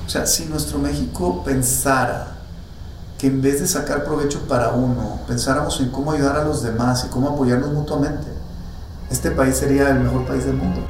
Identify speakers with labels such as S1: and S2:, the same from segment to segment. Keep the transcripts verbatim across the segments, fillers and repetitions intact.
S1: O sea, si nuestro México pensara que en vez de sacar provecho para uno, pensáramos en cómo ayudar a los demás y cómo apoyarnos mutuamente, este país sería el mejor país del mundo.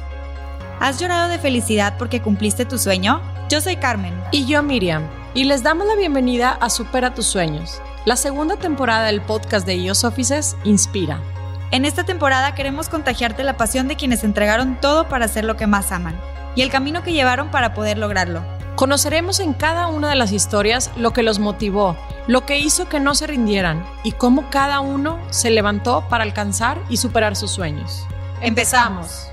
S2: ¿Has llorado de felicidad porque cumpliste tu sueño? Yo soy Carmen.
S3: Y yo Miriam. Y les damos la bienvenida a Supera tus sueños, la segunda temporada del podcast de I O S Offices Inspira.
S2: En esta temporada queremos contagiarte la pasión de quienes entregaron todo para hacer lo que más aman y el camino que llevaron para poder lograrlo.
S3: Conoceremos en cada una de las historias lo que los motivó, lo que hizo que no se rindieran y cómo cada uno se levantó para alcanzar y superar sus sueños.
S2: ¡Empezamos!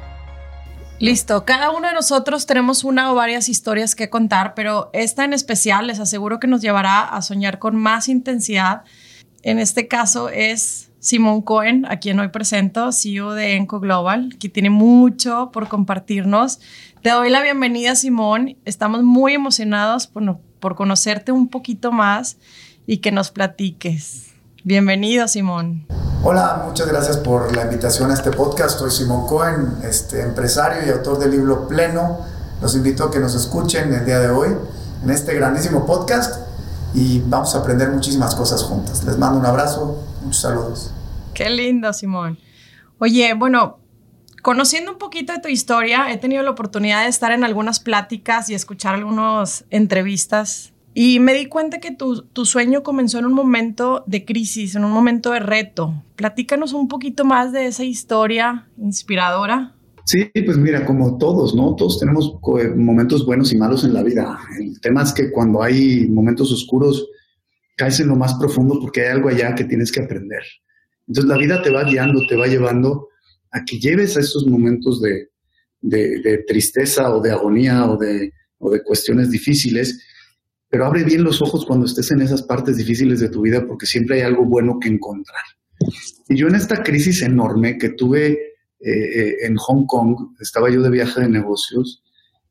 S3: Listo, cada uno de nosotros tenemos una o varias historias que contar, pero esta en especial les aseguro que nos llevará a soñar con más intensidad. En este caso es Simón Cohen, a quien hoy presento, C E O de Enco Global, que tiene mucho por compartirnos. Te doy la bienvenida, Simón. Estamos muy emocionados por, por conocerte un poquito más y que nos platiques. Bienvenido, Simón.
S1: Hola, muchas gracias por la invitación a este podcast. Soy Simón Cohen, este, empresario y autor del libro Pleno. Los invito a que nos escuchen el día de hoy en este grandísimo podcast y vamos a aprender muchísimas cosas juntas. Les mando un abrazo, muchos saludos.
S3: Qué lindo, Simón. Oye, bueno, conociendo un poquito de tu historia, he tenido la oportunidad de estar en algunas pláticas y escuchar algunas entrevistas y me di cuenta que tu, tu sueño comenzó en un momento de crisis, en un momento de reto. Platícanos un poquito más de esa historia inspiradora.
S1: Sí, pues mira, como todos, ¿no? Todos tenemos momentos buenos y malos en la vida. El tema es que cuando hay momentos oscuros, caes en lo más profundo porque hay algo allá que tienes que aprender. Entonces la vida te va guiando, te va llevando a que lleves a esos momentos de, de, de tristeza o de agonía o de, o de cuestiones difíciles. Pero abre bien los ojos cuando estés en esas partes difíciles de tu vida porque siempre hay algo bueno que encontrar. Y yo en esta crisis enorme que tuve eh, en Hong Kong, estaba yo de viaje de negocios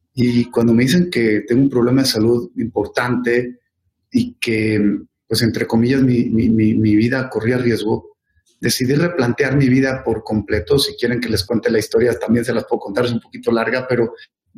S1: y cuando me dicen que tengo un problema de salud importante y que, pues entre comillas, mi, mi, mi, mi vida corría riesgo, decidí replantear mi vida por completo. Si quieren que les cuente la historia, también se las puedo contar, es un poquito larga, pero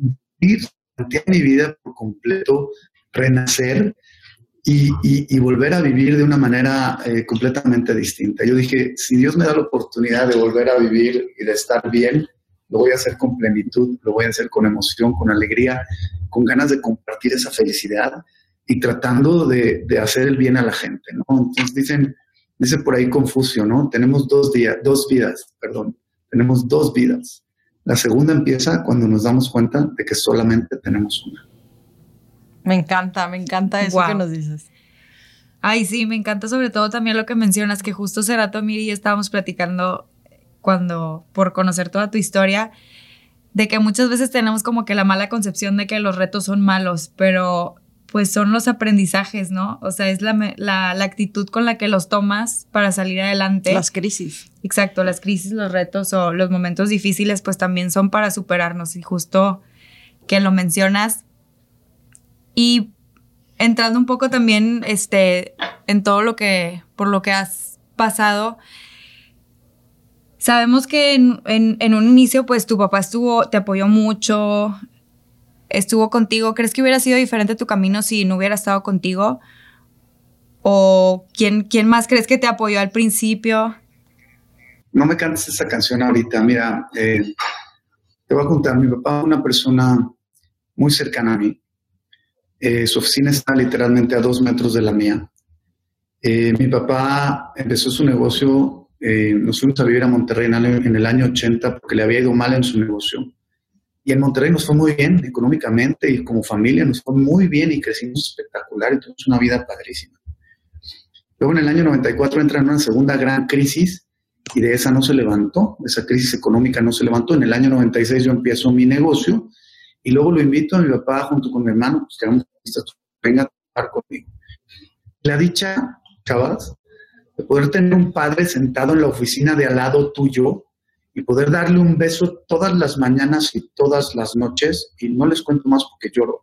S1: replantear mi vida por completo, renacer y, y, y volver a vivir de una manera eh, completamente distinta. Yo dije, si Dios me da la oportunidad de volver a vivir y de estar bien, lo voy a hacer con plenitud, lo voy a hacer con emoción, con alegría, con ganas de compartir esa felicidad y tratando de, de hacer el bien a la gente, ¿no? Entonces dicen, dice por ahí Confucio, ¿no? Tenemos dos días, dos vidas, perdón, tenemos dos vidas. La segunda empieza cuando nos damos cuenta de que solamente tenemos una.
S3: Me encanta, me encanta eso wow. que nos dices.
S2: Ay, sí, me encanta sobre todo también lo que mencionas, que justo hace rato, Miri, y yo estábamos platicando cuando, por conocer toda tu historia, de que muchas veces tenemos como que la mala concepción de que los retos son malos, pero pues son los aprendizajes, ¿no? O sea, es la, la, la actitud con la que los tomas para salir adelante.
S3: Las crisis.
S2: Exacto, las crisis, los retos o los momentos difíciles, pues también son para superarnos. Y justo que lo mencionas. Y entrando un poco también este, en todo lo que, por lo que has pasado, sabemos que en, en, en un inicio, pues tu papá estuvo, te apoyó mucho, estuvo contigo. ¿Crees que hubiera sido diferente tu camino si no hubiera estado contigo? ¿O quién, quién más crees que te apoyó al principio?
S1: No me cantes esa canción ahorita. Mira, eh, te voy a contar. Mi papá es una persona muy cercana a mí. Eh, su oficina está literalmente a dos metros de la mía. Eh, mi papá empezó su negocio, eh, nos fuimos a vivir a Monterrey en el, en el año ochenta porque le había ido mal en su negocio. Y en Monterrey nos fue muy bien económicamente y como familia nos fue muy bien y crecimos espectacular y tuvimos una vida padrísima. Luego en el año noventa y cuatro entra en una segunda gran crisis y de esa no se levantó, de esa crisis económica no se levantó. En el año noventa y seis yo empiezo mi negocio y luego lo invito a mi papá junto con mi hermano, pues quedamos, venga a trabajar conmigo. La dicha, chavas, de poder tener un padre sentado en la oficina de al lado tuyo y poder darle un beso todas las mañanas y todas las noches, y no les cuento más porque lloro,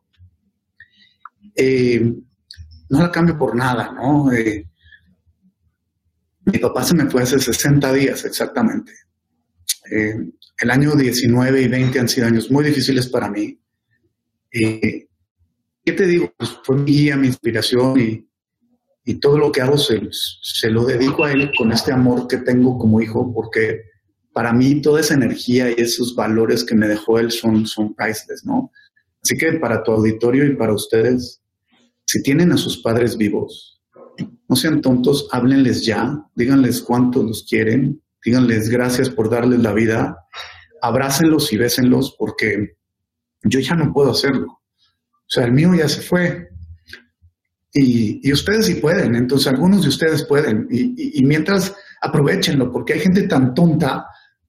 S1: eh, no la cambio por nada, ¿no? Eh, mi papá se me fue hace sesenta días exactamente. Eh, el año diecinueve y veinte han sido años muy difíciles para mí. Eh, ¿qué te digo? Pues fue mi guía, mi inspiración y, y todo lo que hago se, se lo dedico a él con este amor que tengo como hijo, porque para mí toda esa energía y esos valores que me dejó él son, son priceless, ¿no? Así que para tu auditorio y para ustedes, si tienen a sus padres vivos, no sean tontos, háblenles ya, díganles cuánto los quieren, díganles gracias por darles la vida, abrácenlos y bésenlos porque yo ya no puedo hacerlo. O sea, el mío ya se fue. Y, y ustedes sí pueden, entonces algunos de ustedes pueden. Y, y, y mientras, aprovechenlo, porque hay gente tan tonta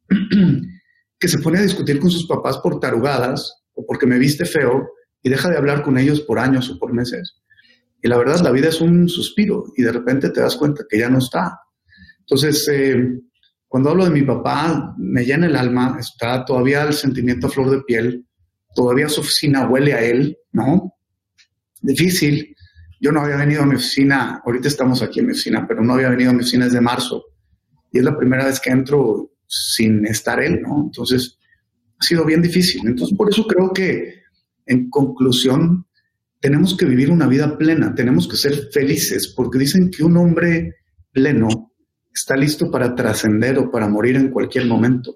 S1: que se pone a discutir con sus papás por tarugadas o porque me viste feo y deja de hablar con ellos por años o por meses. Y la verdad, la vida es un suspiro y de repente te das cuenta que ya no está. Entonces, eh, cuando hablo de mi papá, me llena el alma, está todavía el sentimiento a flor de piel, todavía su oficina huele a él, ¿no? Difícil. Yo no había venido a mi oficina, ahorita estamos aquí en mi oficina, pero no había venido a mi oficina desde marzo. Y es la primera vez que entro sin estar él, ¿no? Entonces, ha sido bien difícil. Entonces, por eso creo que, en conclusión, tenemos que vivir una vida plena, tenemos que ser felices, porque dicen que un hombre pleno está listo para trascender o para morir en cualquier momento.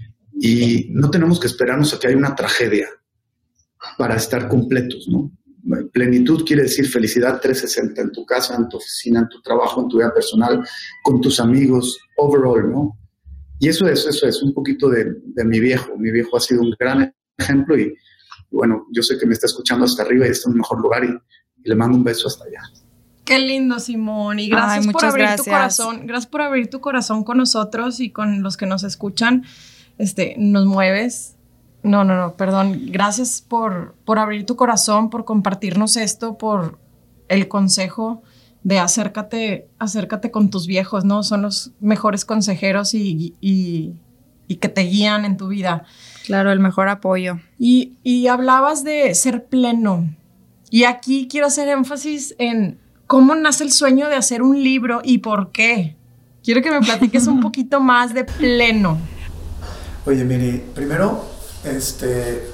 S1: Y no tenemos que esperarnos a que haya una tragedia para estar completos, ¿no? Plenitud quiere decir felicidad trescientos sesenta en tu casa, en tu oficina, en tu trabajo, en tu vida personal, con tus amigos, overall, ¿no? Y eso es, eso es un poquito de, de mi viejo. Mi viejo ha sido un gran ejemplo y, bueno, yo sé que me está escuchando hasta arriba y está en un mejor lugar y, y le mando un beso hasta allá.
S3: Qué lindo, Simón, y gracias Ay, por abrir gracias. tu corazón, gracias por abrir tu corazón con nosotros y con los que nos escuchan. Este, nos mueves. No, no, no, perdón. Gracias por, por abrir tu corazón, por compartirnos esto, por el consejo de acércate, acércate con tus viejos, ¿no? Son los mejores consejeros y, y, y que te guían en tu vida.
S2: Claro, el mejor apoyo.
S3: Y, y hablabas de ser pleno. Y aquí quiero hacer énfasis en cómo nace el sueño de hacer un libro y por qué. Quiero que me platiques un poquito más de pleno.
S1: Oye, mire, primero, este,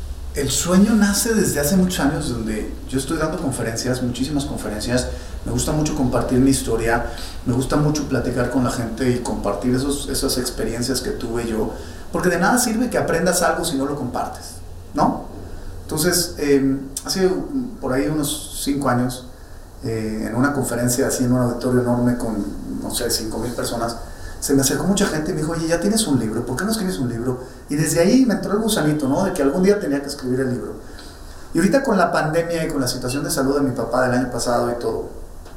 S1: el sueño nace desde hace muchos años, donde yo estoy dando conferencias, muchísimas conferencias. Me gusta mucho compartir mi historia, me gusta mucho platicar con la gente y compartir esos, esas experiencias que tuve yo, porque de nada sirve que aprendas algo si no lo compartes, ¿no? Entonces, eh, hace por ahí unos cinco años, eh, en una conferencia así en un auditorio enorme con, no sé, cinco mil personas, se me acercó mucha gente y me dijo, oye, ya tienes un libro, ¿por qué no escribes un libro? Y desde ahí me entró el gusanito, ¿no? De que algún día tenía que escribir el libro. Y ahorita con la pandemia y con la situación de salud de mi papá del año pasado y todo,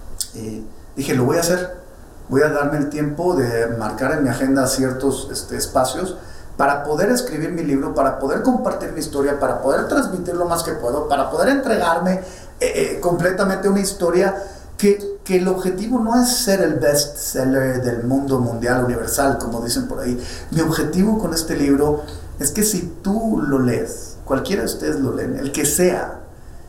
S1: eh, dije, lo voy a hacer. Voy a darme el tiempo de marcar en mi agenda ciertos este, espacios para poder escribir mi libro, para poder compartir mi historia, para poder transmitir lo más que puedo, para poder entregarme eh, eh, completamente una historia que, que el objetivo no es ser el best seller del mundo mundial universal, como dicen por ahí. Mi objetivo con este libro es que si tú lo lees, cualquiera de ustedes lo leen, el que sea,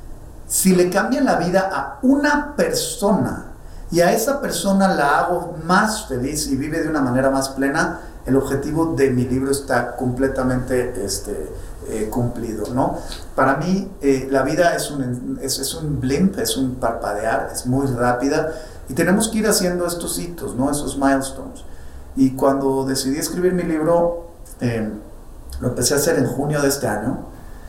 S1: si le cambia la vida a una persona y a esa persona la hago más feliz y vive de una manera más plena, el objetivo de mi libro está completamente este, eh, cumplido, ¿no? Para mí, eh, la vida es un, es, es un blimp, es un parpadear, es muy rápida y tenemos que ir haciendo estos hitos, ¿no? Esos milestones. Y cuando decidí escribir mi libro, eh, lo empecé a hacer en junio de este año.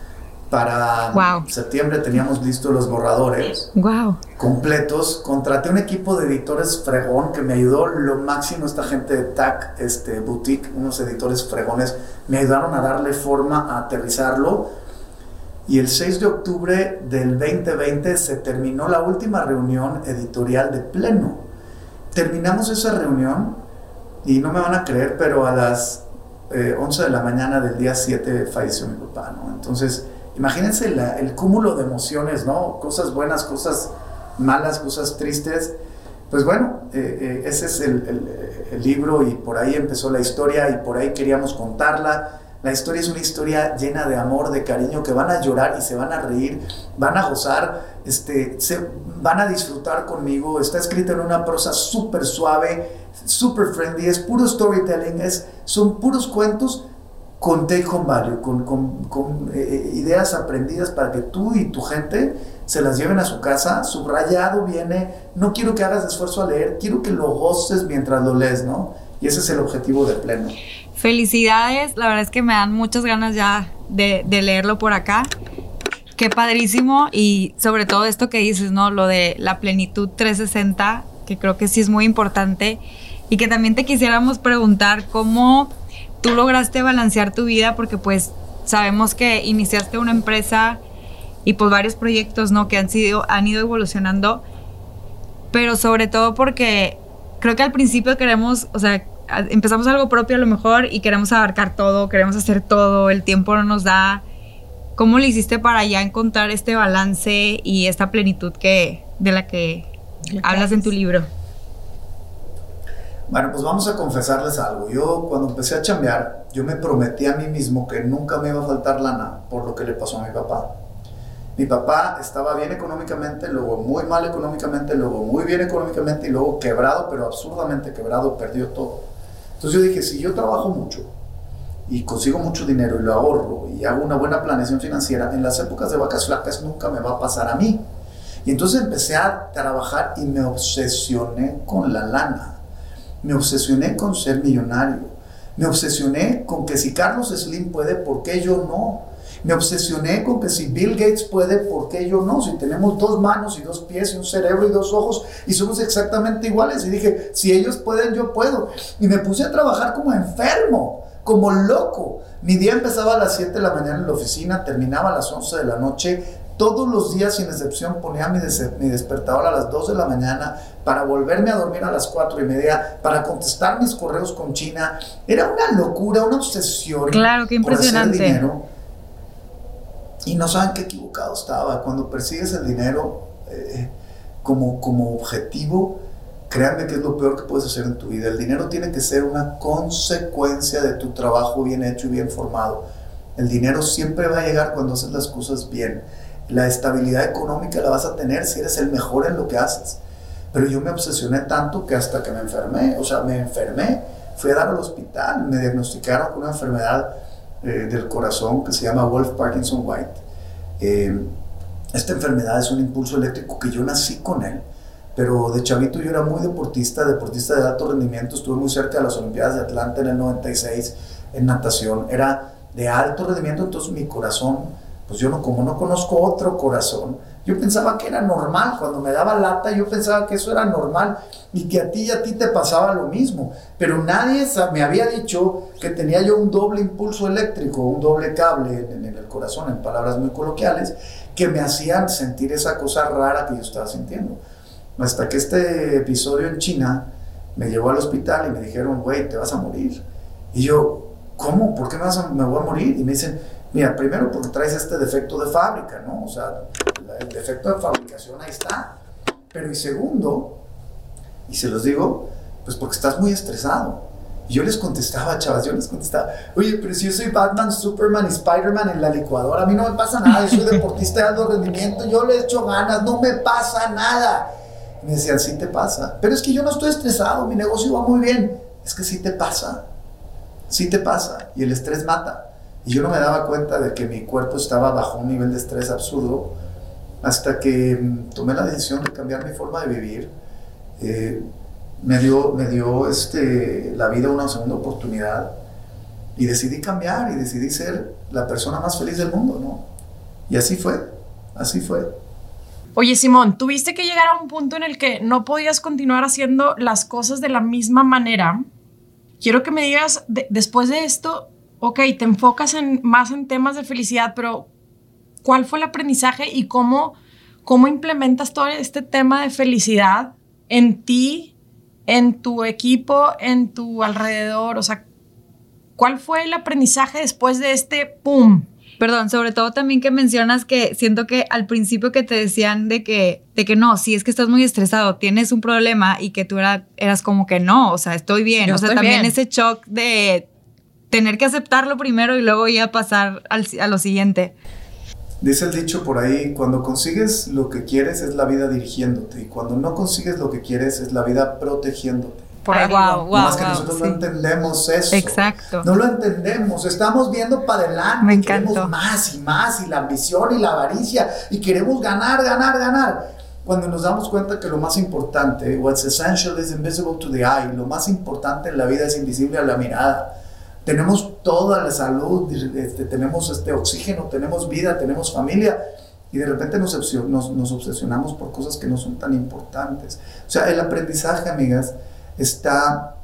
S1: Para wow. septiembre teníamos listos los borradores
S2: wow.
S1: completos. Contraté un equipo de editores fregón que me ayudó lo máximo. Esta gente de T A C este, Boutique, unos editores fregones, me ayudaron a darle forma, a aterrizarlo. Y el seis de octubre del veinte veinte se terminó la última reunión editorial de pleno. Terminamos esa reunión y no me van a creer, pero a las eh, once de la mañana del día siete falleció mi papá, ¿no? Entonces, imagínense la, el cúmulo de emociones, ¿no? Cosas buenas, cosas malas, cosas tristes. Pues bueno, eh, eh, ese es el, el, el libro y por ahí empezó la historia y por ahí queríamos contarla. La historia es una historia llena de amor, de cariño, que van a llorar y se van a reír, van a gozar, este, se, van a disfrutar conmigo. Está escrita en una prosa súper suave, súper friendly, es puro storytelling, es, son puros cuentos con take home value, con, con, con eh, ideas aprendidas para que tú y tu gente
S4: se las lleven a su casa, subrayado viene, no quiero que hagas esfuerzo a leer, quiero que lo goces mientras lo lees, ¿no? Y ese es el objetivo de Pleno.
S2: Felicidades, la verdad es que me dan muchas ganas ya de, de leerlo por acá. Qué padrísimo, y sobre todo esto que dices, ¿no? Lo de la plenitud trescientos sesenta, que creo que sí es muy importante, y que también te quisiéramos preguntar cómo tú lograste balancear tu vida, porque pues sabemos que iniciaste una empresa y pues varios proyectos, ¿no? Que han sido, han ido evolucionando, pero sobre todo porque creo que al principio queremos, o sea, empezamos algo propio a lo mejor y queremos abarcar todo, queremos hacer todo, el tiempo no nos da. ¿Cómo le hiciste para ya encontrar este balance y esta plenitud que, de la que hablas en tu libro?
S4: Bueno, pues vamos a confesarles algo. Yo cuando empecé a chambear, yo me prometí a mí mismo que nunca me iba a faltar lana por lo que le pasó a mi papá. Mi papá estaba bien económicamente, luego muy mal económicamente, luego muy bien económicamente y luego quebrado, pero absurdamente quebrado, perdió todo. Entonces yo dije, si yo trabajo mucho y consigo mucho dinero y lo ahorro y hago una buena planeación financiera, en las épocas de vacas flacas nunca me va a pasar a mí. Y entonces empecé a trabajar y me obsesioné con la lana. Me obsesioné con ser millonario. Me obsesioné con que si Carlos Slim puede, ¿por qué yo no? Me obsesioné con que si Bill Gates puede, ¿por qué yo no? Si tenemos dos manos y dos pies y un cerebro y dos ojos y somos exactamente iguales. Y dije, si ellos pueden, yo puedo. Y me puse a trabajar como enfermo, como loco. Mi día empezaba a las siete de la mañana en la oficina, terminaba a las once de la noche. Todos los días, sin excepción, ponía mi, des- mi despertador a las dos de la mañana para volverme a dormir a las cuatro y media, para contestar mis correos con China. Era una locura, una obsesión.
S2: Claro, qué impresionante.
S4: Por hacer dinero. Y no saben qué equivocado estaba. Cuando persigues el dinero eh, como, como objetivo, créanme que es lo peor que puedes hacer en tu vida. El dinero tiene que ser una consecuencia de tu trabajo bien hecho y bien formado. El dinero siempre va a llegar cuando haces las cosas bien. La estabilidad económica la vas a tener si eres el mejor en lo que haces. Pero yo me obsesioné tanto que hasta que me enfermé, o sea, me enfermé, fui a dar al hospital, me diagnosticaron con una enfermedad eh, del corazón que se llama Wolff Parkinson White. Eh, esta enfermedad es un impulso eléctrico que yo nací con él, pero de chavito yo era muy deportista, deportista de alto rendimiento, estuve muy cerca de las Olimpiadas de Atlanta en el noventa y seis en natación, era de alto rendimiento, entonces mi corazón, pues yo no, como no conozco otro corazón, yo pensaba que era normal. Cuando me daba lata yo pensaba que eso era normal y que a ti y a ti te pasaba lo mismo, pero nadie me había dicho que tenía yo un doble impulso eléctrico, un doble cable en, en el corazón, en palabras muy coloquiales, que me hacían sentir esa cosa rara que yo estaba sintiendo, hasta que este episodio en China me llevó al hospital y me dijeron, güey, te vas a morir. Y yo, ¿cómo? ¿Por qué me, vas a, me voy a morir? Y me dicen, mira, primero porque traes este defecto de fábrica, ¿no? O sea, el defecto de fabricación ahí está. Pero y segundo, y se los digo, pues porque estás muy estresado. Y yo les contestaba, chavas, yo les contestaba, oye, pero si yo soy Batman, Superman y Spider-Man en la licuadora, a mí no me pasa nada, yo soy deportista de alto rendimiento, yo le echo ganas, no me pasa nada. Y me decían, sí te pasa. Pero es que yo no estoy estresado, mi negocio va muy bien. Es que sí te pasa, sí te pasa. Y el estrés mata. Y yo no me daba cuenta de que mi cuerpo estaba bajo un nivel de estrés absurdo hasta que mm, tomé la decisión de cambiar mi forma de vivir. Eh, me dio, me dio este, la vida una segunda oportunidad y decidí cambiar y decidí ser la persona más feliz del mundo, ¿no? Y así fue, así fue.
S3: Oye, Simón, tuviste que llegar a un punto en el que no podías continuar haciendo las cosas de la misma manera. Quiero que me digas, de, después de esto, ok, te enfocas en, más en temas de felicidad, pero ¿cuál fue el aprendizaje y cómo, cómo implementas todo este tema de felicidad en ti, en tu equipo, en tu alrededor? O sea, ¿cuál fue el aprendizaje después de este pum?
S2: Perdón, sobre todo también que mencionas que siento que al principio que te decían de que, de que no, si es que estás muy estresado, tienes un problema y que tú era, eras como que no, o sea, estoy bien.
S3: Yo
S2: o sea,
S3: estoy
S2: también
S3: bien.
S2: Ese shock de tener que aceptarlo primero y luego ya pasar al, a lo siguiente.
S4: Dice el dicho por ahí, cuando consigues lo que quieres es la vida dirigiéndote y cuando no consigues lo que quieres es la vida protegiéndote.
S2: por
S3: Ay,
S2: algo.
S3: wow, wow,
S4: Más que
S3: wow,
S4: nosotros
S2: sí.
S4: no entendemos eso.
S2: Exacto.
S4: No lo entendemos. Estamos viendo para adelante.
S2: Me
S4: y
S2: encantó.
S4: Queremos más y más, y la ambición y la avaricia, y queremos ganar, ganar, ganar. Cuando nos damos cuenta que lo más importante, what's essential is invisible to the eye, lo más importante en la vida es invisible a la mirada. Tenemos toda la salud, este, tenemos este oxígeno, tenemos vida, tenemos familia, y de repente nos, nos, nos obsesionamos por cosas que no son tan importantes. O sea, el aprendizaje, amigas, está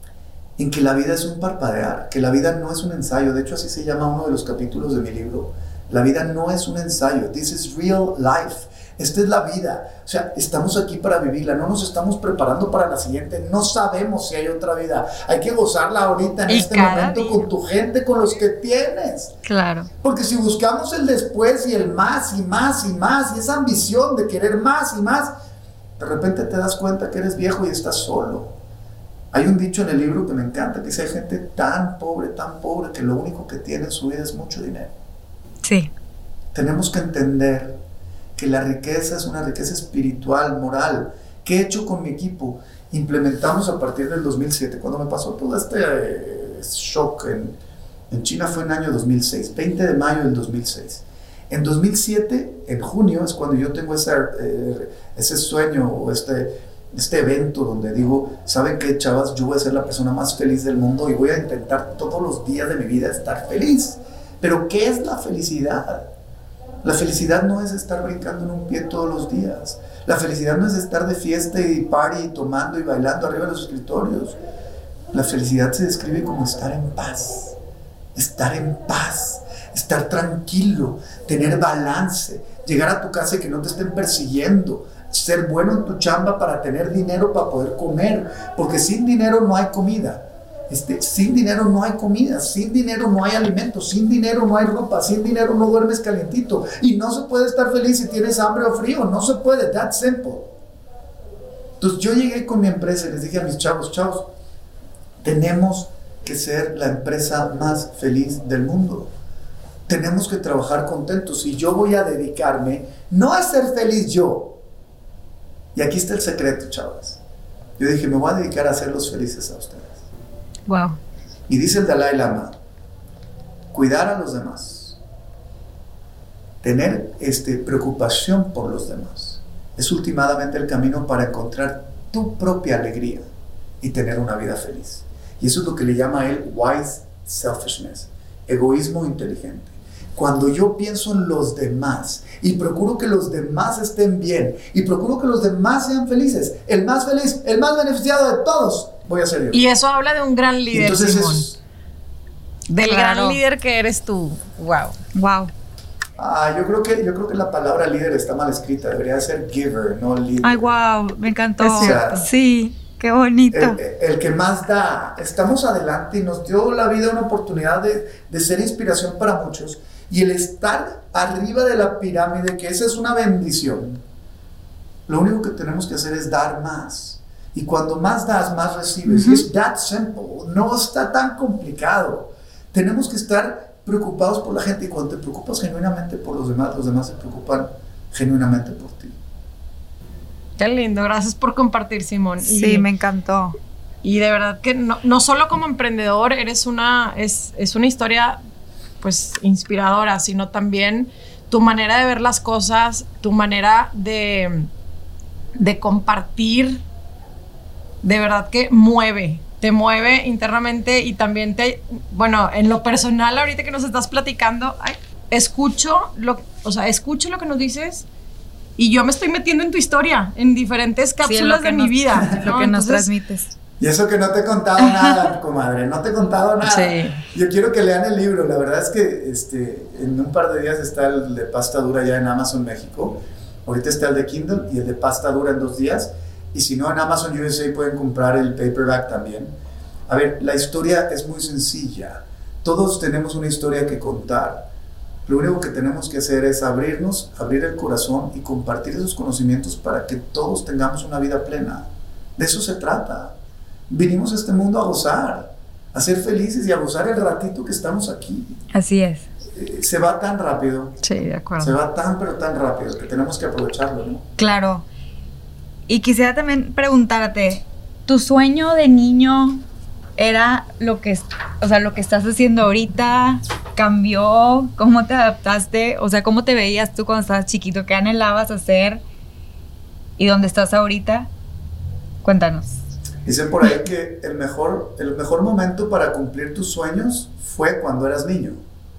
S4: en que la vida es un parpadear, que la vida no es un ensayo. De hecho, así se llama uno de los capítulos de mi libro. La vida no es un ensayo. This is real life. Esta es la vida. O sea, estamos aquí para vivirla. No nos estamos preparando para la siguiente. No sabemos si hay otra vida. Hay que gozarla ahorita, en
S2: Y
S4: este
S2: cada
S4: momento,
S2: día.
S4: con tu gente, con los que tienes.
S2: Claro.
S4: Porque si buscamos el después y el más y más y más, y esa ambición de querer más y más, de repente te das cuenta que eres viejo y estás solo. Hay un dicho en el libro que me encanta, que dice: hay gente tan pobre, tan pobre, que lo único que tiene en su vida es mucho dinero.
S2: Sí.
S4: Tenemos que entender que la riqueza es una riqueza espiritual, moral. ¿Qué he hecho con mi equipo? Implementamos a partir del dos mil siete, cuando me pasó todo este eh, shock en, en China, fue en el año dos mil seis, veinte de mayo del dos mil seis. En dos mil siete, en junio, es cuando yo tengo ese, eh, ese sueño o este, este evento donde digo: ¿saben qué, chavas? Yo voy a ser la persona más feliz del mundo y voy a intentar todos los días de mi vida estar feliz. Pero ¿qué es la felicidad? La felicidad no es estar brincando en un pie todos los días. La felicidad no es estar de fiesta y party, y tomando y bailando arriba de los escritorios. La felicidad se describe como estar en paz. Estar en paz. Estar tranquilo. Tener balance. Llegar a tu casa y que no te estén persiguiendo. Ser bueno en tu chamba para tener dinero para poder comer. Porque sin dinero no hay comida. Este, sin dinero no hay comida, sin dinero no hay alimentos, sin dinero no hay ropa, sin dinero no duermes calientito, y no se puede estar feliz si tienes hambre o frío, no se puede, that's simple. Entonces yo llegué con mi empresa y les dije a mis chavos: chavos, tenemos que ser la empresa más feliz del mundo, tenemos que trabajar contentos, y yo voy a dedicarme no a ser feliz yo. Y aquí está el secreto, chavos. Yo dije: me voy a dedicar a hacerlos felices a ustedes.
S2: Wow.
S4: Y dice el Dalai Lama: cuidar a los demás, tener este, preocupación por los demás, es últimamente el camino para encontrar tu propia alegría y tener una vida feliz. Y eso es lo que le llama a él wise selfishness, egoísmo inteligente. Cuando yo pienso en los demás y procuro que los demás estén bien y procuro que los demás sean felices, el más feliz, el más beneficiado de todos, voy a ser yo.
S3: Y eso habla de un gran líder,
S4: Entonces
S3: Simón.
S4: es,
S3: Del
S2: Claro.
S3: gran líder que eres tú. Wow.
S2: Wow.
S4: ah, yo, creo que, yo creo que la palabra líder está mal escrita, debería ser giver, no leader.
S2: Ay, wow. Me encantó.
S4: Es cierto.
S2: Sí. Qué bonito.
S4: El, el que más da. Estamos adelante y nos dio la vida una oportunidad de, de ser inspiración para muchos. Y el estar arriba de la pirámide, que esa es una bendición, lo único que tenemos que hacer es dar más. Y cuando más das, más recibes.
S2: Uh-huh.
S4: Y es that simple. No está tan complicado. Tenemos que estar preocupados por la gente. Y cuando te preocupas genuinamente por los demás, los demás se preocupan genuinamente por ti.
S3: Qué lindo. Gracias por compartir, Simón.
S2: Sí,
S3: y,
S2: me encantó.
S3: Y de verdad que no, no solo como emprendedor eres una, es, es una historia pues inspiradora, sino también tu manera de ver las cosas, tu manera de, de compartir, de verdad que mueve, te mueve internamente y también te, bueno, en lo personal ahorita que nos estás platicando, ay, escucho lo, o sea, escucho lo que nos dices y yo me estoy metiendo en tu historia, en diferentes cápsulas
S2: Sí, en
S3: de
S2: lo
S3: mi
S2: que nos-
S3: vida,
S2: Lo
S3: ¿no?
S2: que nos
S3: Entonces,
S2: transmites.
S4: Y eso que no te he contado nada, comadre, no te he contado nada.
S3: Sí.
S4: Yo quiero que lean el libro. La verdad es que este, en un par de días está el de pasta dura ya en Amazon México. Ahorita está el de Kindle y el de pasta dura en dos días. Y si no, en Amazon U S A pueden comprar el paperback también. A ver, la historia es muy sencilla. Todos tenemos una historia que contar. Lo único que tenemos que hacer es abrirnos, abrir el corazón y compartir esos conocimientos para que todos tengamos una vida plena. De eso se trata. Vinimos a este mundo a gozar, a ser felices y a gozar el ratito que estamos aquí.
S2: Así es.
S4: Eh, se va tan rápido,
S3: Sí, de acuerdo.
S4: se va tan pero tan rápido que tenemos que aprovecharlo, ¿no?
S2: Claro. Y quisiera también preguntarte, ¿Tu sueño de niño era lo que, o sea, lo que estás haciendo ahorita? ¿Cambió? ¿Cómo te adaptaste? O sea, ¿cómo te veías tú cuando estabas chiquito? ¿Qué anhelabas hacer? ¿Y dónde estás ahorita? Cuéntanos.
S4: Dicen por ahí que el mejor, el mejor momento para cumplir tus sueños fue cuando eras niño.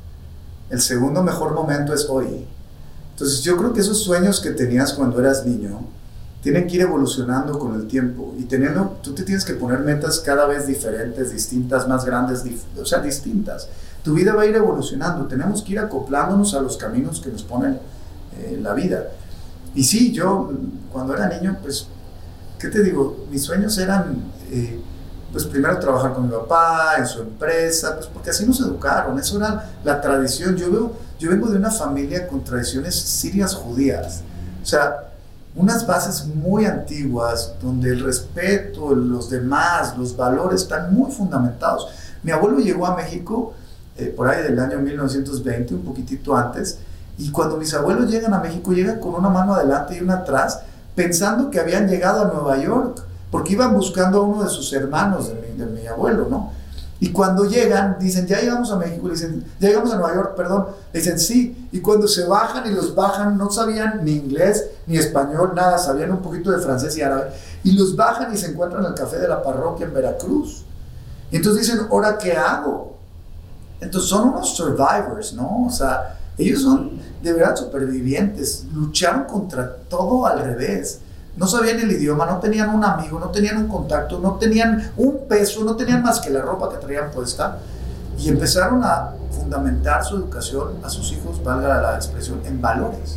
S4: El segundo mejor momento es hoy. Entonces yo creo que esos sueños que tenías cuando eras niño tienen que ir evolucionando con el tiempo y teniendo, tú te tienes que poner metas cada vez diferentes, distintas, más grandes, dif, o sea, distintas. Tu vida va a ir evolucionando, tenemos que ir acoplándonos a los caminos que nos pone eh, la vida. Y sí, yo cuando era niño, pues, ¿qué te digo? Mis sueños eran, eh, pues primero trabajar con mi papá, en su empresa, pues porque así nos educaron, eso era la tradición. Yo, veo, yo vengo de una familia con tradiciones sirias judías, o sea, unas bases muy antiguas donde el respeto, los demás, los valores están muy fundamentados. Mi abuelo llegó a México eh, por ahí del año mil novecientos veinte, un poquitito antes, y cuando mis abuelos llegan a México llegan con una mano adelante y una atrás, pensando que habían llegado a Nueva York, porque iban buscando a uno de sus hermanos de mi, de mi abuelo, ¿no? Y cuando llegan, dicen, ya llegamos a México, le dicen, ya llegamos a Nueva York, perdón, le dicen, sí, y cuando se bajan y los bajan, no sabían ni inglés, ni español, nada, sabían un poquito de francés y árabe, y los bajan y se encuentran en el café de la parroquia en Veracruz. Y entonces dicen, ¿ahora qué hago? Entonces son unos survivors, ¿no? O sea, ellos son de verdad supervivientes, lucharon contra todo al revés. No sabían el idioma, no tenían un amigo, no tenían un contacto, no tenían un peso, no tenían más que la ropa que traían puesta y empezaron a fundamentar su educación a sus hijos, valga la expresión, en valores,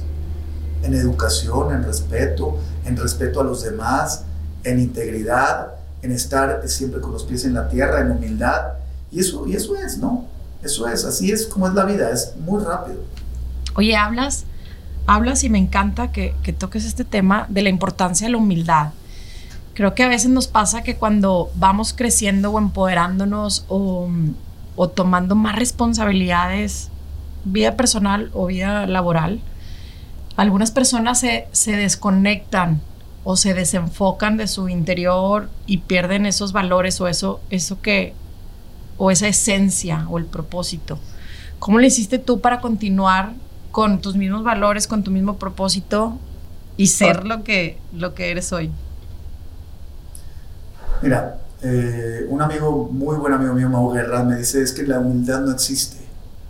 S4: en educación, en respeto, en respeto a los demás, en integridad, en estar siempre con los pies en la tierra, en humildad. Y eso, y eso es, ¿no? Eso es, así es como es la vida, es muy rápido.
S3: Oye, hablas... Hablas y me encanta que, que toques este tema de la importancia de la humildad. Creo que a veces nos pasa que cuando vamos creciendo o empoderándonos o, o tomando más responsabilidades, vida personal o vida laboral, algunas personas se, se desconectan o se desenfocan de su interior y pierden esos valores o eso, eso que, o esa esencia o el propósito. ¿Cómo le hiciste tú para continuar con tus mismos valores, con tu mismo propósito y ser lo que, lo que eres hoy?
S4: Mira, eh, un amigo, muy buen amigo mío, Mau Guerra, me dice, es que la humildad no existe.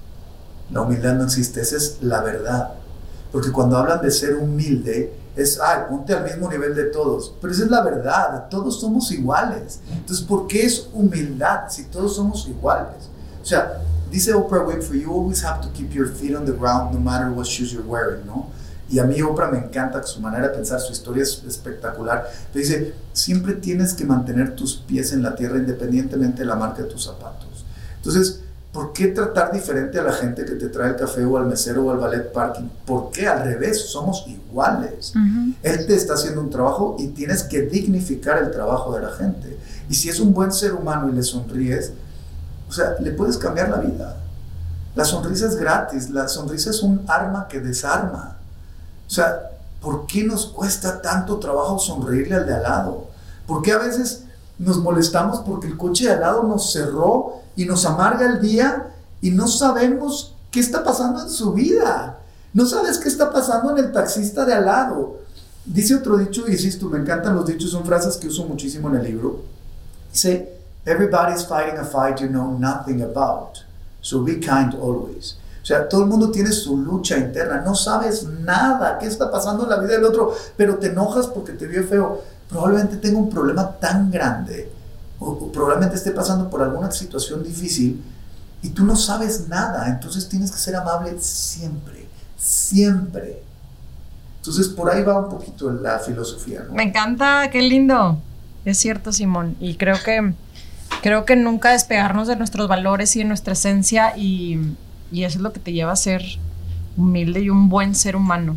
S4: La humildad no existe, esa es la verdad. Porque cuando hablan de ser humilde, es, ay, ponte al mismo nivel de todos. Pero esa es la verdad, todos somos iguales. Entonces, ¿por qué es humildad si todos somos iguales? O sea, dice Oprah Winfrey, you always have to keep your feet on the ground no matter what shoes you're wearing, ¿no? Y a mí Oprah me encanta su manera de pensar, su historia es espectacular. Pero dice, siempre tienes que mantener tus pies en la tierra independientemente de la marca de tus zapatos. Entonces, ¿por qué tratar diferente a la gente que te trae el café o al mesero o al valet parking? ¿Por qué? Al revés, somos iguales. Uh-huh. Él te está haciendo un trabajo y tienes que dignificar el trabajo de la gente. Y si es un buen ser humano y le sonríes, o sea, le puedes cambiar la vida. La sonrisa es gratis, la sonrisa es un arma que desarma. O sea, ¿por qué nos cuesta tanto trabajo sonreírle al de al lado? ¿Por qué a veces nos molestamos porque el coche de al lado nos cerró y nos amarga el día y no sabemos qué está pasando en su vida? No sabes qué está pasando en el taxista de al lado. Dice otro dicho, y insisto, me encantan los dichos, son frases que uso muchísimo en el libro. Dice, everybody's fighting a fight you know nothing about, so be kind always. O sea, todo el mundo tiene su lucha interna, no sabes nada, qué está pasando en la vida del otro, pero te enojas porque te vio feo. Probablemente tenga un problema tan grande, o, o probablemente esté pasando por alguna situación difícil, y tú no sabes nada, entonces tienes que ser amable siempre, siempre. Entonces, por ahí va un poquito la filosofía, ¿no?
S3: Me encanta, qué lindo. Es cierto, Simón, y creo que Creo que nunca despegarnos de nuestros valores y de nuestra esencia y, y eso es lo que te lleva a ser humilde y un buen ser humano,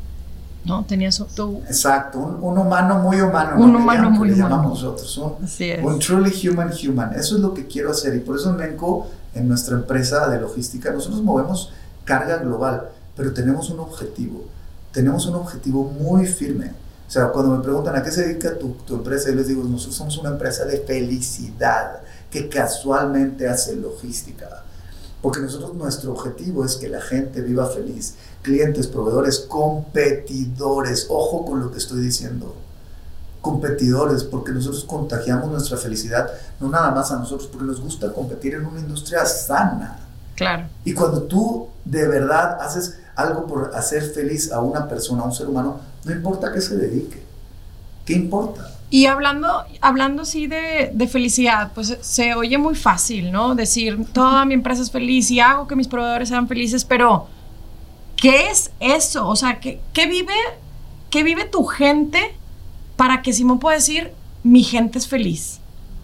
S3: ¿no? Tenías tú...
S4: Exacto, un, un humano muy humano.
S3: Un
S4: ¿no?
S3: humano
S4: llaman,
S3: muy
S4: le
S3: humano.
S4: Llamamos nosotros, un,
S3: Así es.
S4: un truly human human. Eso es lo que quiero hacer y por eso en Menco, en nuestra empresa de logística, nosotros movemos carga global, pero tenemos un objetivo. Tenemos un objetivo muy firme. O sea, cuando me preguntan a qué se dedica tu, tu empresa, yo les digo, nosotros somos una empresa de felicidad que casualmente hace logística. Porque nosotros, nuestro objetivo es que la gente viva feliz. Clientes, proveedores, competidores. Ojo con lo que estoy diciendo. Competidores, porque nosotros contagiamos nuestra felicidad, no nada más a nosotros, porque nos gusta competir en una industria sana.
S3: Claro.
S4: Y cuando tú de verdad haces algo por hacer feliz a una persona, a un ser humano, no importa a qué se dedique. ¿Qué importa?
S3: Y hablando, hablando así de, de felicidad, pues se oye muy fácil, ¿no? Decir, toda mi empresa es feliz y hago que mis proveedores sean felices, pero ¿qué es eso? O sea, ¿qué, qué vive, qué vive tu gente para que Simón pueda decir, mi gente es feliz?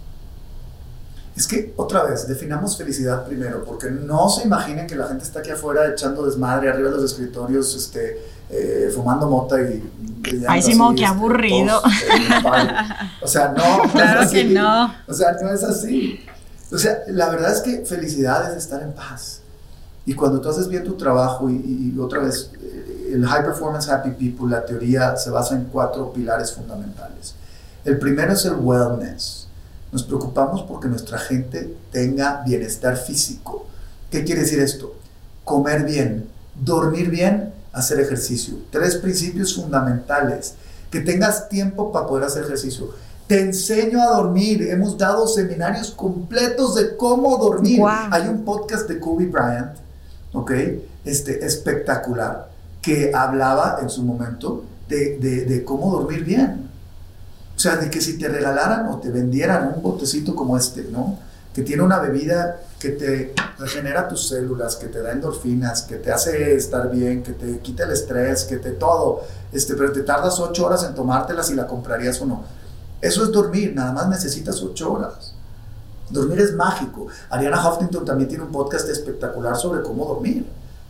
S4: Es que, otra vez, definamos felicidad primero, porque no se imaginen que la gente está aquí afuera echando desmadre arriba de los escritorios, este, eh, fumando mota y...
S3: Ay, Simón, qué este, aburrido.
S4: Post, eh, o sea, no.
S2: Claro
S4: no es
S2: que
S4: así.
S2: no.
S4: O sea, no es así. O sea, la verdad es que felicidad es estar en paz. Y cuando tú haces bien tu trabajo, y, y otra vez, el High Performance Happy People, la teoría se basa en cuatro pilares fundamentales. El primero es el wellness. Nos preocupamos porque nuestra gente tenga bienestar físico. ¿Qué quiere decir esto? Comer bien, dormir bien, hacer ejercicio. Tres principios fundamentales. Que tengas tiempo para poder hacer ejercicio. Te enseño a dormir. Hemos dado seminarios completos de cómo dormir.
S2: Wow.
S4: Hay un podcast de Kobe Bryant, ¿ok? Este, espectacular, que hablaba en su momento de, de, de cómo dormir bien. O sea, de que si te regalaran o te vendieran un botecito como este, ¿no? Que tiene una bebida que te regenera tus células, que te da endorfinas, que te hace estar bien, que te quita el estrés, que te todo, este, pero te tardas ocho horas en tomártela si la comprarías o no. Eso es dormir, nada más necesitas ocho horas. Dormir es mágico. Arianna Huffington también tiene un podcast espectacular sobre cómo dormir.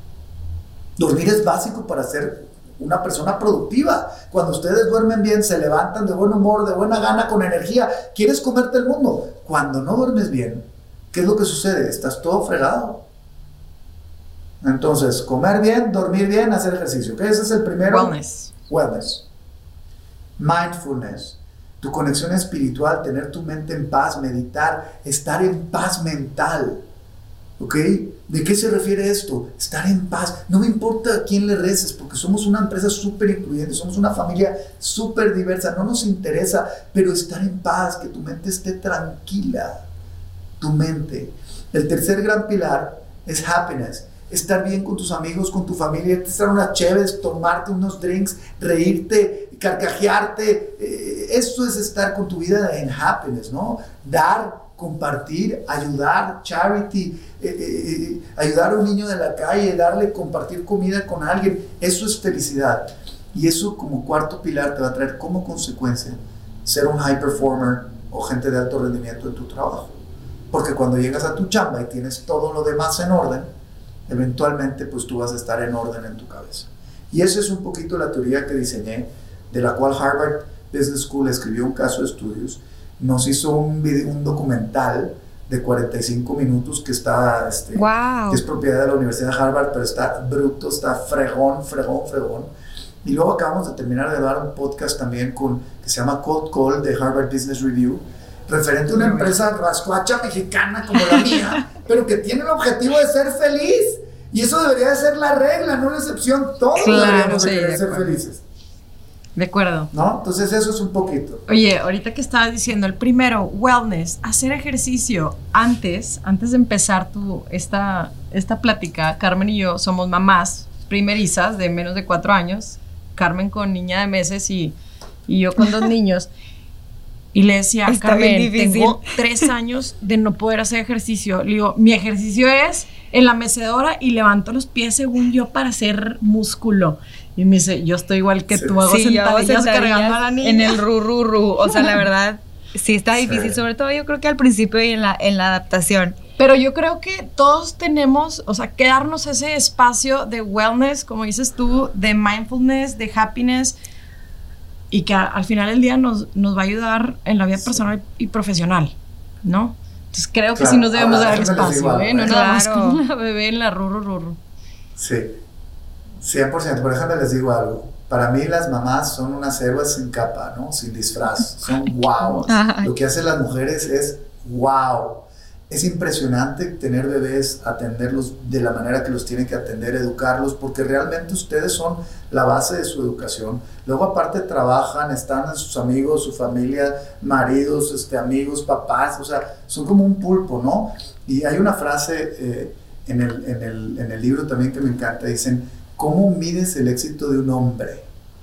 S4: Dormir es básico para ser una persona productiva. Cuando ustedes duermen bien, se levantan de buen humor, de buena gana, con energía, quieres comerte el mundo. Cuando no duermes bien, ¿qué es lo que sucede? Estás todo fregado. Entonces, comer bien, dormir bien, hacer ejercicio. ¿Qué? Ese es el primero.
S3: Wellness.
S4: Wellness. Mindfulness. Tu conexión espiritual, tener tu mente en paz, meditar, estar en paz mental. ¿Ok? ¿De qué se refiere esto? Estar en paz. No me importa a quién le reces, porque somos una empresa súper incluyente, somos una familia súper diversa, no nos interesa, pero estar en paz, que tu mente esté tranquila. Tu mente. El tercer gran pilar es happiness. Estar bien con tus amigos, con tu familia, estar unas chéves, tomarte unos drinks, reírte, carcajearte. Eh, eso es estar con tu vida en happiness, ¿no? Dar, compartir, ayudar, charity, eh, eh, ayudar a un niño de la calle, darle, compartir comida con alguien. Eso es felicidad. Y eso como cuarto pilar te va a traer como consecuencia ser un high performer o gente de alto rendimiento en tu trabajo. Porque cuando llegas a tu chamba y tienes todo lo demás en orden, eventualmente pues tú vas a estar en orden en tu cabeza. Y esa es un poquito la teoría que diseñé, de la cual Harvard Business School escribió un caso de estudios. Nos hizo un, video, un documental de cuarenta y cinco minutos que está, este,
S2: wow.
S4: que es propiedad de la Universidad de Harvard, pero está bruto, está fregón, fregón, fregón. Y luego acabamos de terminar de dar un podcast también con, que se llama Cold Call de Harvard Business Review, referente a una empresa rascuacha mexicana como la mía, pero que tiene el objetivo de ser feliz. Y eso debería de ser la regla, no la excepción. Todos
S3: claro,
S4: deberíamos
S3: sí,
S4: de
S3: de
S4: ser
S3: acuerdo.
S4: felices.
S3: De acuerdo.
S4: ¿No? Entonces eso es un poquito.
S3: Oye, ahorita que estabas diciendo, el primero, wellness, hacer ejercicio. Antes, antes de empezar tu, esta, esta plática, Carmen y yo somos mamás primerizas de menos de cuatro años. Carmen con niña de meses y, y yo con dos niños. Y le decía,
S2: Está
S3: Carmen, tengo tres años de no poder hacer ejercicio. Le digo, mi ejercicio es en la mecedora y levanto los pies según yo para hacer músculo. Y me dice, yo estoy igual que
S4: Sí.
S3: tú, hago
S2: Sí, yo hago
S3: sentadillas
S2: sentadillas
S3: cargando a la niña.
S2: en el ru, ru, ru. O sea, la verdad, sí está difícil,
S4: Sí.
S2: sobre todo yo creo que al principio y en la, en la adaptación.
S3: Pero yo creo que todos tenemos, o sea, que darnos ese espacio de wellness, como dices tú, de mindfulness, de happiness, y que a, al final del día nos, nos va a ayudar en la vida personal y profesional, ¿no? Entonces creo que
S4: Claro.
S3: sí nos debemos
S4: Ahora,
S3: dar el
S4: déjame les digo
S3: espacio,
S4: algo,
S3: ¿eh? No
S4: ¿eh?
S3: nada más
S2: Claro.
S3: con la bebé en la ruru ruru.
S4: Sí, cien por ciento. Por ejemplo, les digo algo. Para mí las mamás son unas héroes sin capa, ¿no? Sin disfraz, son wow. Lo que hacen las mujeres es wow. Es impresionante tener bebés, atenderlos de la manera que los tienen que atender, educarlos, porque realmente ustedes son la base de su educación. Luego aparte trabajan, están en sus amigos, su familia, maridos, este, amigos, papás, o sea, son como un pulpo, ¿no? Y hay una frase eh, en, el, en, el, en el libro también que me encanta, dicen, ¿cómo mides el éxito de un hombre?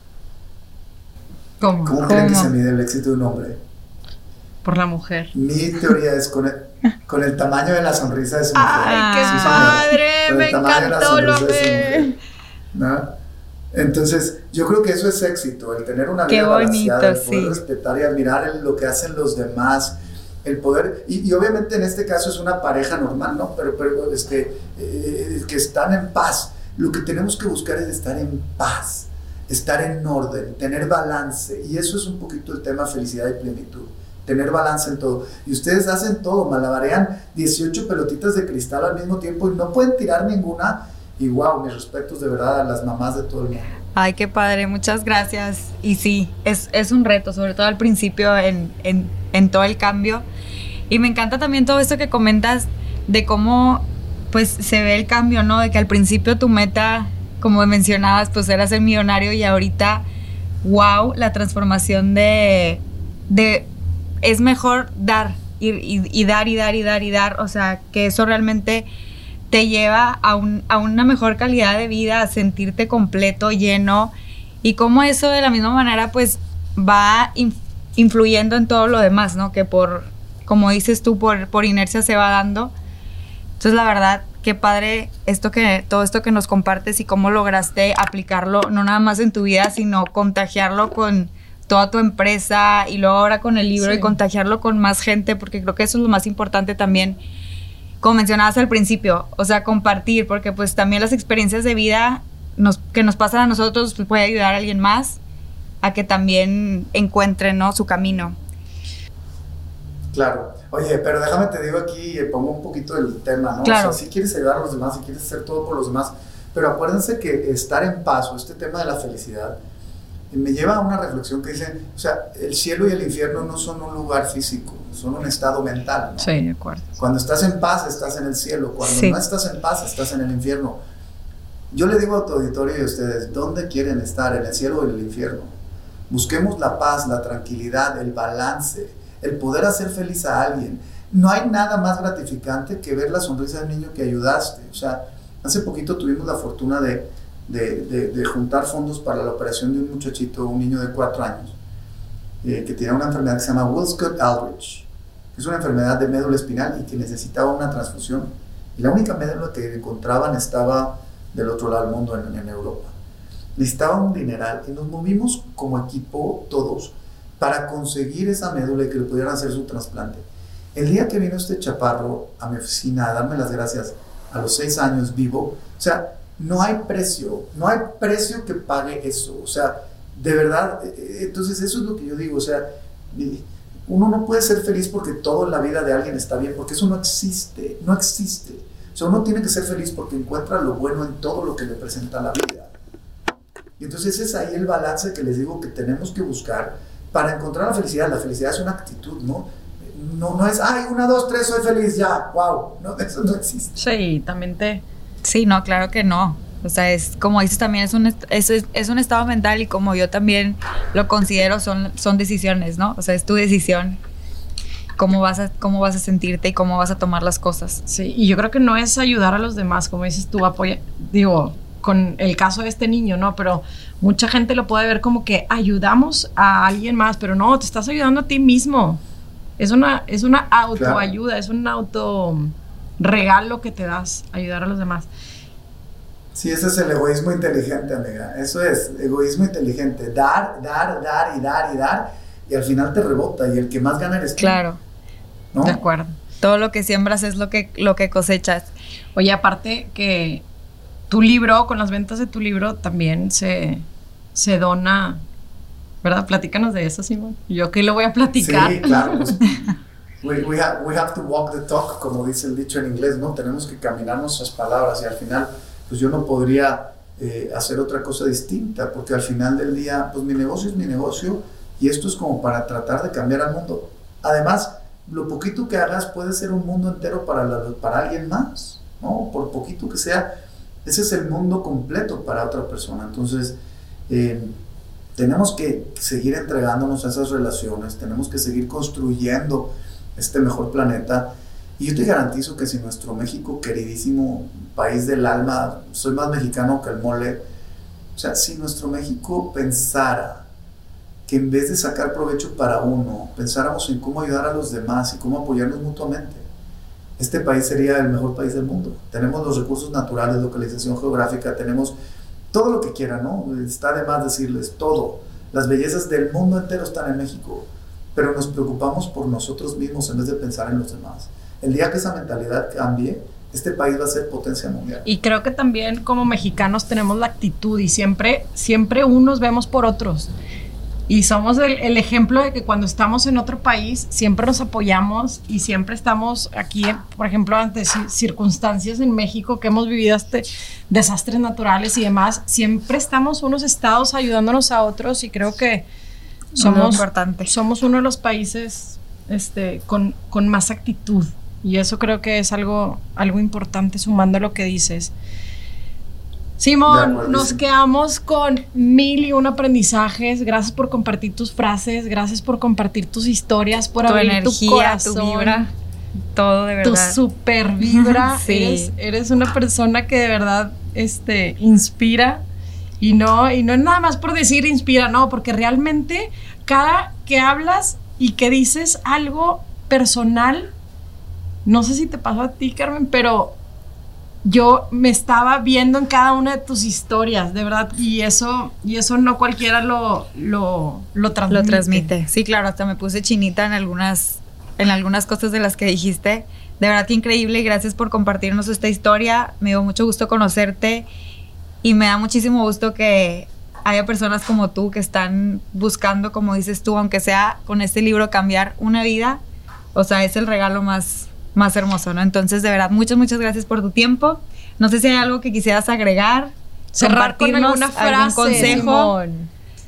S3: ¿Cómo?
S4: ¿Cómo creen que se mide el éxito de un hombre?
S3: Por la mujer.
S4: Mi teoría es con el, con el tamaño de la sonrisa de su mujer.
S3: ¡Ay, qué
S4: Sí,
S3: padre! Me encantó, lo
S4: ve. ¿No? Entonces, yo creo que eso es éxito, el tener una vida
S2: qué bonito,
S4: balanceada, el poder
S2: sí.
S4: respetar y admirar el, lo que hacen los demás, el poder, y, y obviamente en este caso es una pareja normal, ¿no? Pero, pero este, eh, que están en paz. Lo que tenemos que buscar es estar en paz, estar en orden, tener balance, y eso es un poquito el tema felicidad y plenitud. Tener balance en todo. Y ustedes hacen todo, malabarean dieciocho pelotitas de cristal al mismo tiempo y no pueden tirar ninguna. Y wow, mis respetos de verdad a las mamás de todo el mundo.
S2: Ay, qué padre, muchas gracias. Y sí, es, es un reto, sobre todo al principio en, en, en todo el cambio. Y me encanta también todo esto que comentas de cómo pues se ve el cambio, ¿no? De que al principio tu meta, como mencionabas, pues era ser millonario y ahorita, wow, la transformación de... de es mejor dar y, y, y dar y dar y dar y dar, o sea, que eso realmente te lleva a, un, a una mejor calidad de vida, a sentirte completo, lleno, y cómo eso de la misma manera pues va in, influyendo en todo lo demás, ¿no? Que por, como dices tú, por, por inercia se va dando. Entonces la verdad, qué padre esto que, todo esto que nos compartes y cómo lograste aplicarlo, no nada más en tu vida, sino contagiarlo con toda tu empresa y luego ahora con el libro sí. Y contagiarlo con más gente, porque creo que eso es lo más importante también, como mencionabas al principio, o sea, compartir, porque pues también las experiencias de vida nos, que nos pasan a nosotros pues, puede ayudar a alguien más a que también encuentre, ¿no? Su camino.
S4: Claro. Oye, pero déjame te digo aquí, pongo un poquito el tema, ¿no?
S2: Claro.
S4: O sea, si quieres ayudar a los demás, si quieres hacer todo por los demás, pero acuérdense que estar en paz, o este tema de la felicidad, me lleva a una reflexión que dice, o sea, el cielo y el infierno no son un lugar físico, son un estado mental, ¿no?
S3: Sí, de acuerdo.
S4: Cuando estás en paz, estás en el cielo. Cuando
S2: sí.
S4: no estás en paz, estás en el infierno. Yo le digo a tu auditorio y a ustedes, ¿dónde quieren estar? ¿En el cielo o en el infierno? Busquemos la paz, la tranquilidad, el balance, el poder hacer feliz a alguien. No hay nada más gratificante que ver la sonrisa del niño que ayudaste. O sea, hace poquito tuvimos la fortuna de De, de, de juntar fondos para la operación de un muchachito, un niño de cuatro años, eh, que tiene una enfermedad que se llama Wills-Cote-Aldrich, que es una enfermedad de médula espinal y que necesitaba una transfusión. Y la única médula que encontraban estaba del otro lado del mundo, en, en Europa. Necesitaba un dineral y nos movimos como equipo todos para conseguir esa médula y que le pudieran hacer su trasplante. El día que vino este chaparro a mi oficina a darme las gracias a los seis años vivo, o sea, no hay precio, no hay precio que pague eso, o sea, de verdad, entonces eso es lo que yo digo, o sea, uno no puede ser feliz porque todo en la vida de alguien está bien, porque eso no existe, no existe, o sea, uno tiene que ser feliz porque encuentra lo bueno en todo lo que le presenta la vida, y entonces es ahí el balance que les digo que tenemos que buscar para encontrar la felicidad. La felicidad es una actitud, ¿no? No, no es, ay, una, dos, tres, soy feliz, ya, wow, no, eso no existe.
S3: Sí, también te...
S2: Sí, no, claro que no. O sea, es como dices también, es un, es, es un estado mental y como yo también lo considero, son, son decisiones, ¿no? O sea, es tu decisión cómo vas a, cómo vas a sentirte y cómo vas a tomar las cosas.
S3: Sí, y yo creo que no es ayudar a los demás, como dices tú, apoya, digo, con el caso de este niño, ¿no? Pero mucha gente lo puede ver como que ayudamos a alguien más, pero no, te estás ayudando a ti mismo. Es una, es una autoayuda, claro. Es un auto... regalo que te das, ayudar a los demás.
S4: Sí, ese es el egoísmo inteligente, amiga. Eso es, egoísmo inteligente. Dar, dar, dar y dar y dar, y al final te rebota, y el que más gana eres tú.
S2: Claro.
S4: ¿No?
S2: De acuerdo. Todo lo que siembras es lo que, lo que cosechas.
S3: Oye, aparte que tu libro, con las ventas de tu libro, también se, se dona, ¿verdad? Platícanos de eso, Simón. Yo que lo voy a platicar.
S4: Sí, claro. Pues, We, we, have, we have to walk the talk, como dice el dicho en inglés, ¿no? Tenemos que caminar nuestras palabras y al final, pues yo no podría eh, hacer otra cosa distinta, porque al final del día, pues mi negocio es mi negocio y esto es como para tratar de cambiar al mundo. Además, lo poquito que hagas puede ser un mundo entero para, la, para alguien más, ¿no? Por poquito que sea, ese es el mundo completo para otra persona. Entonces, eh, tenemos que seguir entregándonos a esas relaciones, tenemos que seguir construyendo este mejor planeta. Y yo te garantizo que si nuestro México, queridísimo país del alma, soy más mexicano que el mole, o sea, si nuestro México pensara que en vez de sacar provecho para uno, pensáramos en cómo ayudar a los demás y cómo apoyarnos mutuamente, este país sería el mejor país del mundo. Tenemos los recursos naturales, localización geográfica, tenemos todo lo que quieran, ¿no? Está de más decirles todo. Las bellezas del mundo entero están en México, pero nos preocupamos por nosotros mismos en vez de pensar en los demás. El día que esa mentalidad cambie, este país va a ser potencia mundial.
S3: Y creo que también como mexicanos tenemos la actitud y siempre, siempre unos vemos por otros. Y somos el, el ejemplo de que cuando estamos en otro país siempre nos apoyamos y siempre estamos aquí, por ejemplo, ante circunstancias en México que hemos vivido este desastres naturales y demás, siempre estamos unos estados ayudándonos a otros y creo que somos, somos uno de los países este, con, con más actitud y eso creo que es algo, algo importante sumando a lo que dices. Simón, nos quedamos con mil y un aprendizajes. Gracias por compartir tus frases, gracias por compartir tus historias, por
S2: tu
S3: abrir
S2: energía,
S3: tu corazón,
S2: tu vibra, todo de verdad.
S3: Tu super vibra.
S2: Sí.
S3: eres, eres una persona que de verdad este, inspira y no, y no es nada más por decir inspira, no, porque realmente cada que hablas y que dices algo personal, no sé si te pasó a ti, Carmen, pero yo me estaba viendo en cada una de tus historias, de verdad, y eso, y eso no cualquiera lo, lo, lo transmite.
S2: Lo transmite, sí, claro, hasta me puse chinita en algunas, en algunas cosas de las que dijiste. De verdad que increíble y gracias por compartirnos esta historia. Me dio mucho gusto conocerte y me da muchísimo gusto que haya personas como tú que están buscando, como dices tú, aunque sea con este libro, cambiar una vida. O sea, es el regalo más... más hermoso, ¿no? Entonces, de verdad, muchas, muchas gracias por tu tiempo. No sé si hay algo que quisieras agregar,
S3: cerrar con alguna frase,
S2: algún consejo.
S3: Simón.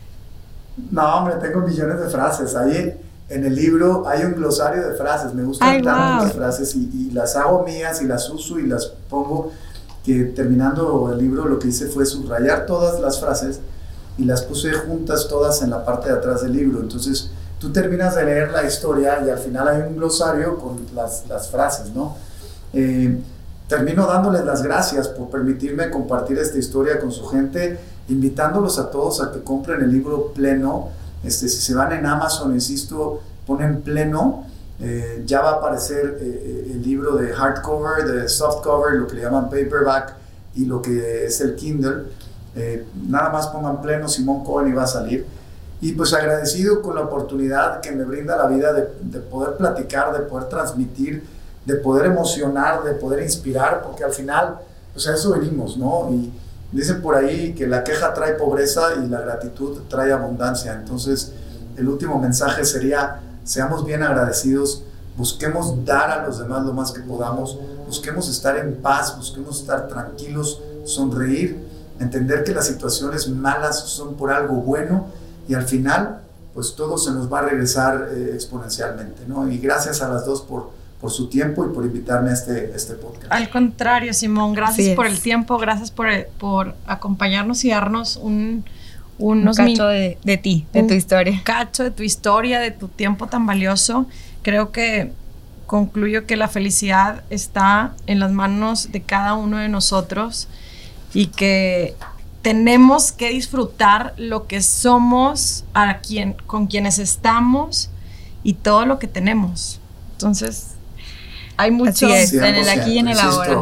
S4: No, hombre, tengo millones de frases. Ahí en el libro hay un glosario de frases. Me gustan Ay, tanto wow. las frases y, y las hago mías y las uso y las pongo, que terminando el libro lo que hice fue subrayar todas las frases y las puse juntas todas en la parte de atrás del libro. Entonces, tú terminas de leer la historia y al final hay un glosario con las, las frases, ¿no? Eh, termino dándoles las gracias por permitirme compartir esta historia con su gente, invitándolos a todos a que compren el libro Pleno. Este, si se van en Amazon, insisto, ponen Pleno, eh, ya va a aparecer eh, el libro de hardcover, de softcover, lo que le llaman paperback y lo que es el Kindle. Eh, nada más pongan Pleno Simón Cohen y va a salir. Y pues agradecido con la oportunidad que me brinda la vida de, de poder platicar, de poder transmitir, de poder emocionar, de poder inspirar, porque al final, pues a eso venimos, ¿no? Y dicen por ahí que la queja trae pobreza y la gratitud trae abundancia. Entonces, el último mensaje sería, seamos bien agradecidos, busquemos dar a los demás lo más que podamos, busquemos estar en paz, busquemos estar tranquilos, sonreír, entender que las situaciones malas son por algo bueno, y al final, pues todo se nos va a regresar eh, exponencialmente, ¿no? Y gracias a las dos por, por su tiempo y por invitarme a este, este podcast.
S3: Al contrario, Simón, gracias por el tiempo, gracias por, por acompañarnos y darnos un, unos
S2: un cacho de, de ti, de tu historia.
S3: Un cacho de tu historia, de tu tiempo tan valioso. Creo que concluyo que la felicidad está en las manos de cada uno de nosotros y que tenemos que disfrutar lo que somos, a quien, con quienes estamos y todo lo que tenemos. Entonces, hay mucho
S2: es, en el aquí y en el ahora.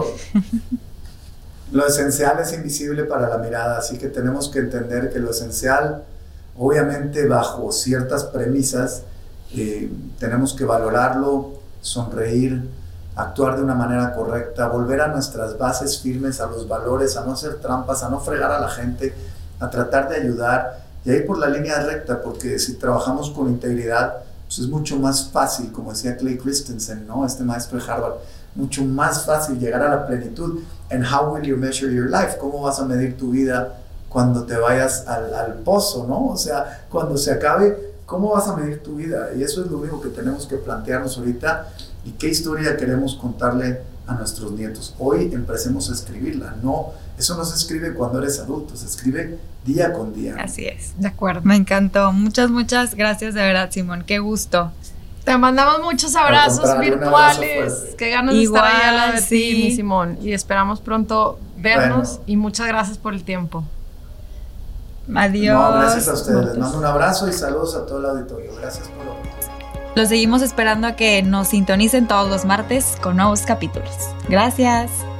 S4: Lo esencial es invisible para la mirada, así que tenemos que entender que lo esencial, obviamente bajo ciertas premisas, eh, tenemos que valorarlo, sonreír, actuar de una manera correcta, volver a nuestras bases firmes, a los valores, a no hacer trampas, a no fregar a la gente, a tratar de ayudar y a ir por la línea recta, porque si trabajamos con integridad, pues es mucho más fácil, como decía Clay Christensen, ¿no? Este maestro de Harvard, mucho más fácil llegar a la plenitud. And how will you measure your life? ¿Cómo vas a medir tu vida cuando te vayas al, al pozo, ¿no? O sea, cuando se acabe, ¿cómo vas a medir tu vida? Y eso es lo único que tenemos que plantearnos ahorita. ¿Y qué historia queremos contarle a nuestros nietos? Hoy empecemos a escribirla. No, eso no se escribe cuando eres adulto, se escribe día con día.
S2: Así es.
S3: De acuerdo.
S2: Me encantó. Muchas, muchas gracias de verdad, Simón. Qué gusto.
S3: Te mandamos muchos abrazos virtuales. Qué ganas
S2: Igual,
S3: de estar allá al lado de
S2: sí.
S3: ti, mi Simón. Y esperamos pronto vernos.
S4: Bueno.
S3: Y muchas gracias por el tiempo.
S2: Adiós.
S4: No, gracias a ustedes. Les mando un abrazo y saludos a todo el auditorio. Gracias por lo
S2: Los seguimos esperando a que nos sintonicen todos los martes con nuevos capítulos. Gracias.